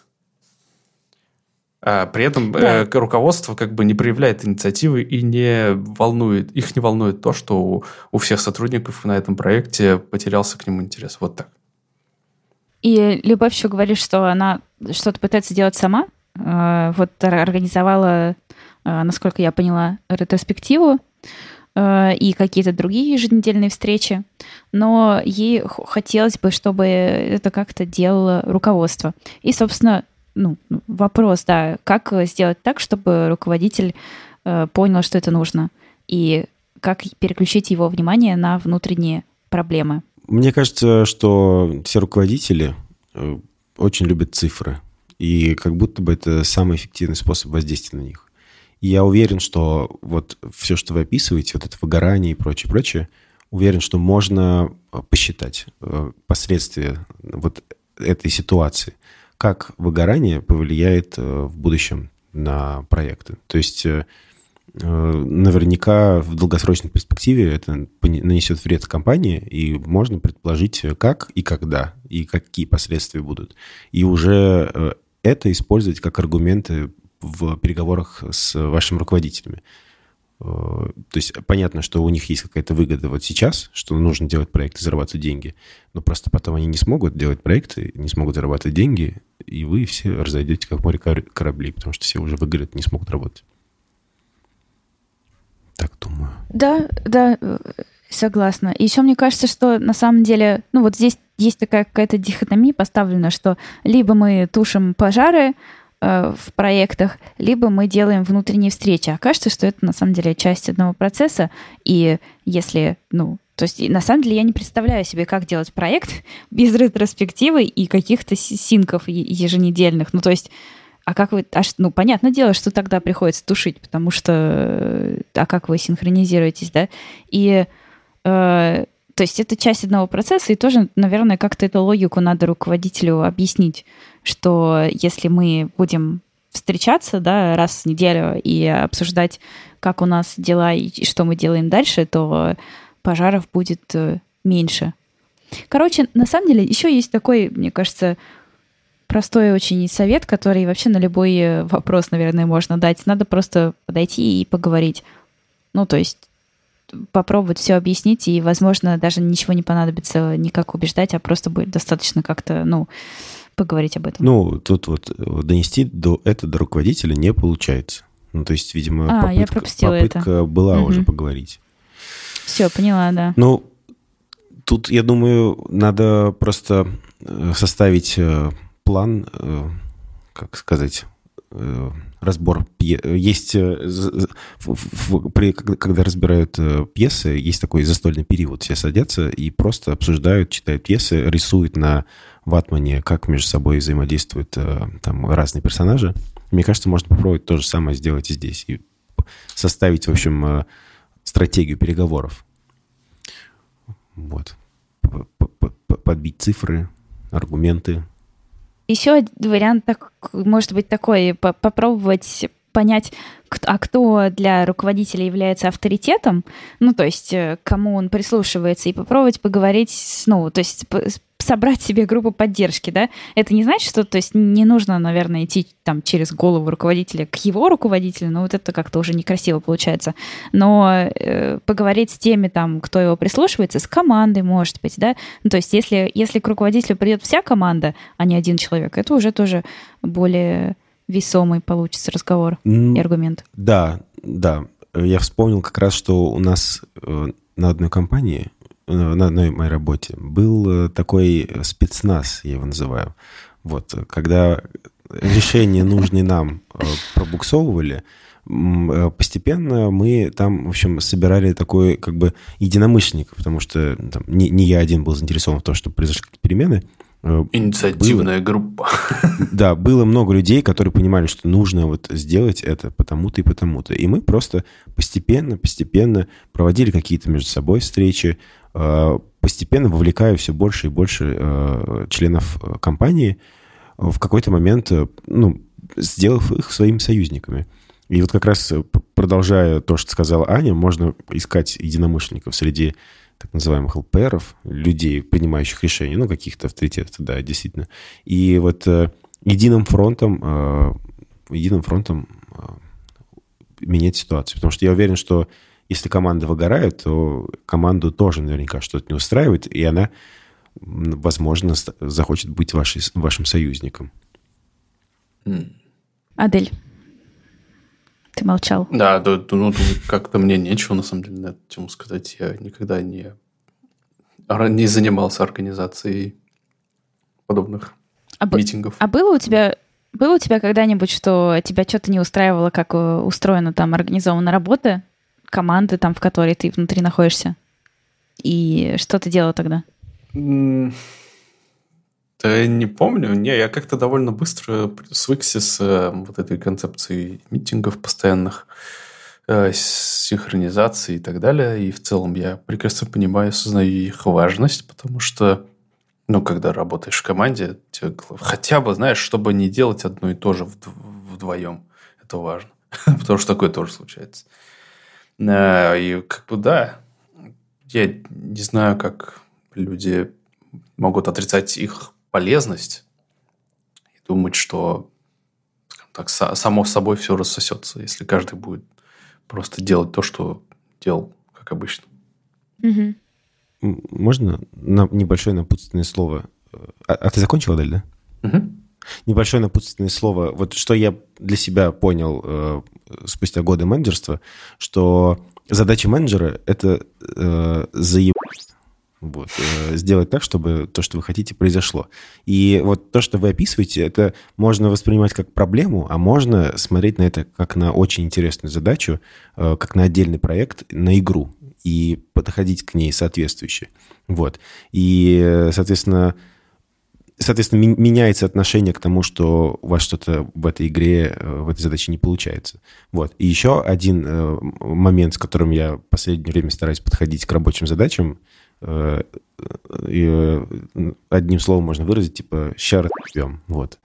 А при этом руководство как бы не проявляет инициативы и их не волнует то, что у всех сотрудников на этом проекте потерялся к нему интерес. Вот так. И Любовь еще говорит, что она что-то пытается делать сама. Вот организовала, насколько я поняла, ретроспективу и какие-то другие еженедельные встречи. Но ей хотелось бы, чтобы это как-то делало руководство. И, собственно, вопрос, да, как сделать так, чтобы руководитель понял, что это нужно, и как переключить его внимание на внутренние проблемы. Мне кажется, что все руководители очень любят цифры, и как будто бы это самый эффективный способ воздействия на них. И я уверен, что вот все, что вы описываете, вот это выгорание и прочее, уверен, что можно посчитать последствия вот этой ситуации, как выгорание повлияет в будущем на проекты. То есть наверняка в долгосрочной перспективе это нанесет вред компании, и можно предположить, как и когда, и какие последствия будут. И уже это использовать как аргументы в переговорах с вашими руководителями. То есть понятно, что у них есть какая-то выгода вот сейчас, что нужно делать проект и зарабатывать деньги, но просто потом они не смогут делать проекты, не смогут зарабатывать деньги, и вы все разойдете как море кораблей, потому что все уже выгорят, не смогут работать. Так думаю. Да, согласна. Еще мне кажется, что на самом деле, ну вот здесь есть такая какая-то дихотомия поставлена, что либо мы тушим пожары в проектах, либо мы делаем внутренние встречи. А кажется, что это на самом деле часть одного процесса. И если, то есть на самом деле я не представляю себе, как делать проект без ретроспективы и каких-то синков еженедельных. Ну, то есть, а как вы... понятное дело, что тогда приходится тушить, потому что... А как вы синхронизируетесь, да? И... То есть это часть одного процесса, и тоже, наверное, как-то эту логику надо руководителю объяснить, что если мы будем встречаться, да, раз в неделю и обсуждать, как у нас дела и что мы делаем дальше, то пожаров будет меньше. Короче, на самом деле, еще есть такой, мне кажется, простой очень совет, который вообще на любой вопрос, наверное, можно дать. Надо просто подойти и поговорить. Ну, то есть попробовать все объяснить, и, возможно, даже ничего не понадобится никак убеждать, а просто будет достаточно как-то, поговорить об этом. Тут вот донести это до руководителя не получается. То есть, видимо, попытка была уже поговорить. Все, поняла, да. Тут, я думаю, надо просто составить план, как сказать, разбор. Есть, когда разбирают пьесы, есть такой застольный период. Все садятся и просто обсуждают, читают пьесы, рисуют на ватмане, как между собой взаимодействуют там разные персонажи. Мне кажется, можно попробовать то же самое сделать и здесь. И составить, в общем, стратегию переговоров. Вот. Подбить цифры, аргументы. Еще вариант может быть такой, попробовать понять, кто для руководителя является авторитетом, то есть кому он прислушивается, и попробовать поговорить, то есть собрать себе группу поддержки, да. Это не значит, что, то есть не нужно, наверное, идти там через голову руководителя к его руководителю, вот это как-то уже некрасиво получается. Но поговорить с теми, там, кто его прислушивается, с командой, может быть, да. То есть если к руководителю придет вся команда, а не один человек, это уже тоже более весомый получится разговор и аргумент. Да. Я вспомнил как раз, что у нас на одной компании, на одной моей работе, был такой спецназ, я его называю. Вот, когда решения, нужные нам, пробуксовывали, постепенно мы там, в общем, собирали такой, как бы, единомышленник, потому что там, не я один был заинтересован в том, чтобы произошли какие-то перемены. Инициативная группа. Да, было много людей, которые понимали, что нужно вот сделать это потому-то и потому-то. И мы просто постепенно проводили какие-то между собой встречи, постепенно вовлекая все больше и больше членов компании, в какой-то момент, сделав их своими союзниками. И вот как раз, продолжая то, что сказала Аня, можно искать единомышленников среди так называемых ЛПРов, людей, принимающих решения, каких-то авторитетов, да, действительно. И вот единым фронтом менять ситуацию. Потому что я уверен, что если команда выгорает, то команду тоже наверняка что-то не устраивает, и она, возможно, захочет быть вашим союзником. Адель, ты молчал. Да, как-то мне нечего, на самом деле, на эту тему сказать. Я никогда не занимался организацией подобных митингов. А было у тебя когда-нибудь, что тебя что-то не устраивало, как устроена там организована работа, команды, там, в которой ты внутри находишься? И что ты делал тогда? Да не помню. Я как-то довольно быстро свыкся с вот этой концепцией митингов постоянных, синхронизации и так далее. И в целом я прекрасно понимаю, осознаю их важность, потому что, когда работаешь в команде, хотя бы, знаешь, чтобы не делать одно и то же вдвоем. Это важно. Потому что такое тоже случается. И как бы да, я не знаю, как люди могут отрицать их полезность и думать, что, скажем так, само собой все рассосется, если каждый будет просто делать то, что делал, как обычно. Угу. Можно небольшое напутственное слово? А ты закончила, Даль, да? Угу. Небольшое напутственное слово. Вот что я для себя понял спустя годы менеджерства, что задача менеджера – это сделать так, чтобы то, что вы хотите, произошло. И вот то, что вы описываете, это можно воспринимать как проблему, а можно смотреть на это как на очень интересную задачу, как на отдельный проект, на игру, и подходить к ней соответствующе. Вот. И, соответственно, меняется отношение к тому, что у вас что-то в этой игре, в этой задаче не получается. Вот. И еще один момент, с которым я в последнее время стараюсь подходить к рабочим задачам, и одним словом можно выразить, типа, ща разъебем. Вот.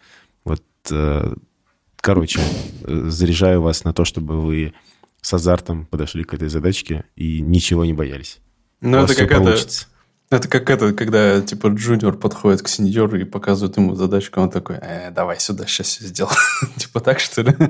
Короче, заряжаю вас на то, чтобы вы с азартом подошли к этой задачке и ничего не боялись. Ну, это как получится. Это как когда, типа, джуниор подходит к сеньору и показывает ему задачку, он такой, давай сюда, сейчас все сделаю. Типа так, что ли?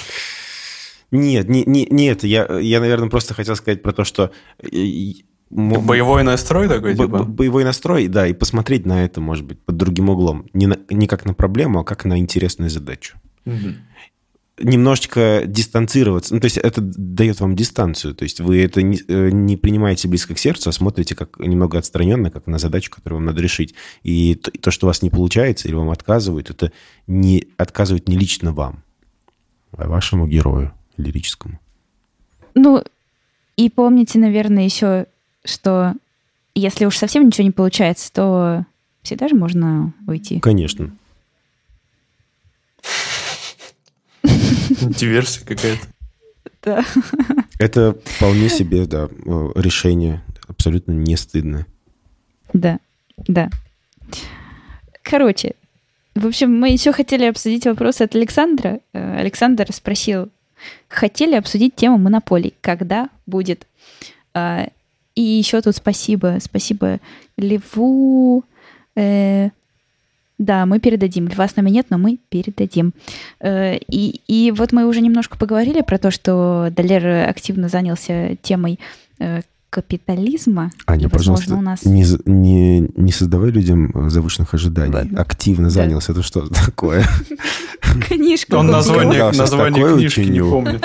Нет, я, наверное, просто хотел сказать про то, что... Боевой настрой такой, типа? Боевой настрой, да, и посмотреть на это, может быть, под другим углом. Не как на проблему, а как на интересную задачу. Угу. Немножечко дистанцироваться. Ну, то есть это дает вам дистанцию. То есть вы это не принимаете близко к сердцу, а смотрите как немного отстраненно, как на задачу, которую вам надо решить. И то, что у вас не получается или вам отказывают, это не отказывают не лично вам, а вашему герою лирическому. Ну, и помните, наверное, еще, что если уж совсем ничего не получается, то всегда же можно уйти. Конечно. Диверсия какая-то. Да. Это вполне себе, да, решение абсолютно не стыдное. Да. Короче, в общем, мы еще хотели обсудить вопрос от Александра. Александр спросил, хотели обсудить тему монополий. Когда будет? И еще тут спасибо Льву. Да, мы передадим. Льва с нами нет, но мы передадим. И вот мы уже немножко поговорили про то, что Далер активно занялся темой капитализма. Аня, возможно, пожалуйста, у нас... не создавай людям завышенных ожиданий. Ладно. Активно занялся. Это что такое? Книжку. Он название книжки не помнит.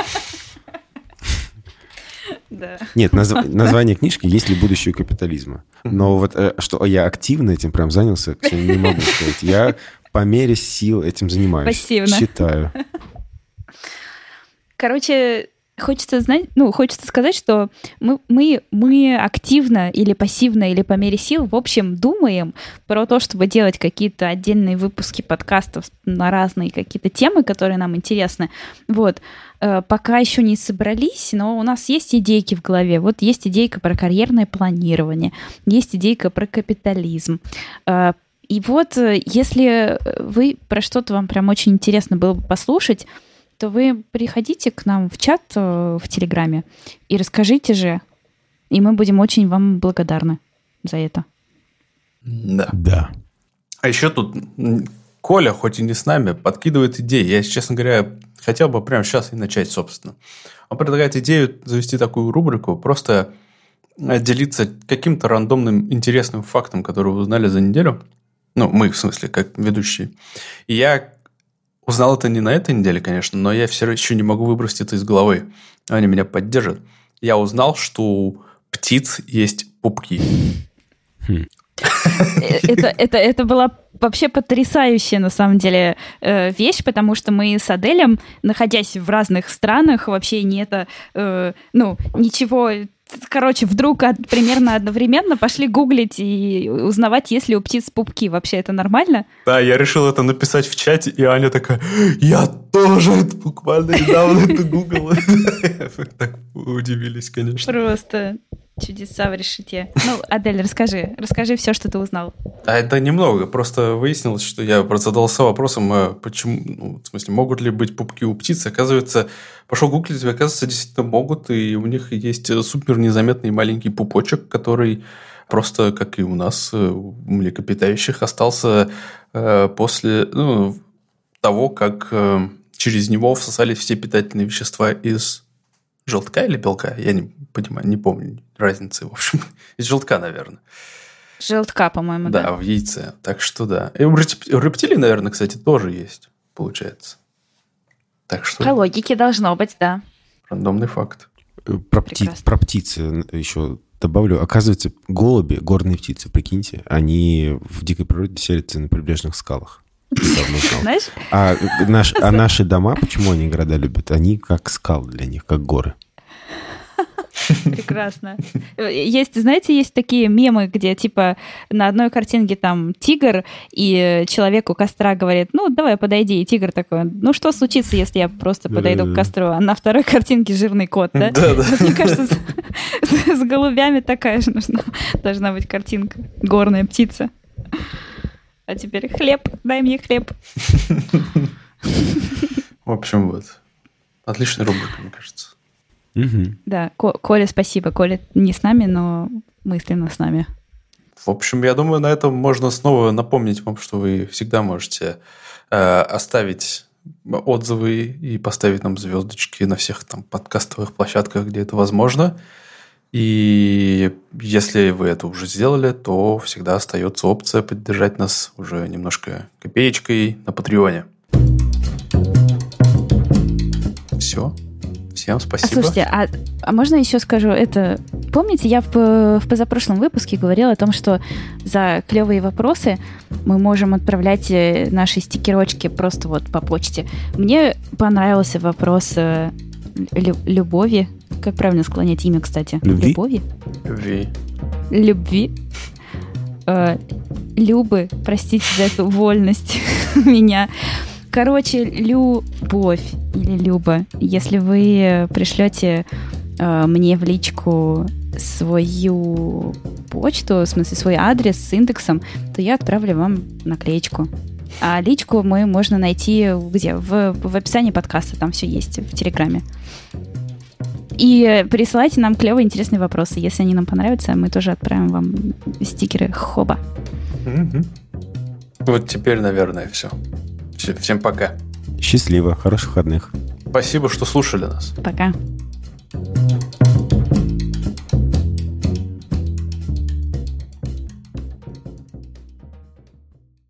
Да. Нет, название книжки «Есть ли будущее капитализма?». Но вот что я активно этим прям занялся, не могу сказать. Я по мере сил этим занимаюсь. Пассивно. Читаю. Короче, хочется сказать, что мы активно или пассивно, или по мере сил, в общем, думаем про то, чтобы делать какие-то отдельные выпуски подкастов на разные какие-то темы, которые нам интересны. Вот. Пока еще не собрались, но у нас есть идейки в голове. Вот есть идейка про карьерное планирование, есть идейка про капитализм. И вот если вы про что-то вам прям очень интересно было бы послушать, то вы приходите к нам в чат в Телеграме и расскажите же, и мы будем очень вам благодарны за это. Да. А еще тут Коля, хоть и не с нами, подкидывает идеи. Я, честно говоря, хотел бы прямо сейчас и начать, собственно. Он предлагает идею завести такую рубрику, просто делиться каким-то рандомным интересным фактом, который вы узнали за неделю. Ну, мы, в смысле, как ведущие. И я узнал это не на этой неделе, конечно, но я все еще не могу выбросить это из головы. Они меня поддержат. Я узнал, что у птиц есть пупки. Это была вообще потрясающая, на самом деле, вещь, потому что мы с Аделем, находясь в разных странах, вообще ничего... Короче, вдруг примерно одновременно пошли гуглить и узнавать, есть ли у птиц пупки. Вообще это нормально? Да, я решил это написать в чате, и Аня такая, я тоже это буквально недавно это гуглила. Так удивились, конечно. Просто Чудеса в решете. Ну, Адель, расскажи все, что ты узнал. А это немного. Просто выяснилось, что я задался вопросом, почему, в смысле, могут ли быть пупки у птиц. Оказывается, пошел гуглить, оказывается, действительно могут, и у них есть супер незаметный маленький пупочек, который просто, как и у нас, у млекопитающих, остался после того, как через него всосались все питательные вещества из желтка или белка? Я не понимаю, не помню разницы, в общем. Из желтка, наверное. Желтка, по-моему, да. Да, в яйце. Так что да. И у рептилий, наверное, кстати, тоже есть, получается. Так что... По логике должно быть, да. Рандомный факт. Про птицы еще добавлю. Оказывается, голуби, горные птицы, прикиньте, они в дикой природе селятся на прибрежных скалах. Знаешь? А наши дома, почему они города любят? Они как скал для них, как горы. Прекрасно. Есть такие мемы, где типа на одной картинке там тигр, и человек у костра говорит, ну, давай подойди, и тигр такой, ну, что случится, если я просто подойду к костру? А на второй картинке жирный кот, да? Да. Мне кажется, с голубями такая же должна быть картинка. Горная птица. А теперь хлеб, дай мне хлеб. В общем, вот. Отличная рубрика, мне кажется. Да, Коля, спасибо. Коля не с нами, но мысленно с нами. В общем, я думаю, на этом можно снова напомнить вам, что вы всегда можете оставить отзывы и поставить нам звездочки на всех там подкастовых площадках, где это возможно. И если вы это уже сделали, то всегда остается опция поддержать нас уже немножко копеечкой на Патреоне. Все. Всем спасибо. Слушайте, а можно еще скажу это? Помните, я в позапрошлом выпуске говорила о том, что за клевые вопросы мы можем отправлять наши стикерочки просто вот по почте. Мне понравился вопрос Любови. Как правильно склонять имя, кстати? Любви? Любови? Любви. Любы, простите за эту вольность меня. Короче, Любовь или Люба, если вы пришлете мне в личку свою почту, в смысле свой адрес с индексом, то я отправлю вам наклеечку. А личку можно найти где? В описании подкаста, там все есть, в Телеграме. И присылайте нам клевые, интересные вопросы. Если они нам понравятся, мы тоже отправим вам стикеры Хоба. Вот теперь, наверное, все. Всем пока. Счастливо, хороших выходных. Спасибо, что слушали нас. Пока.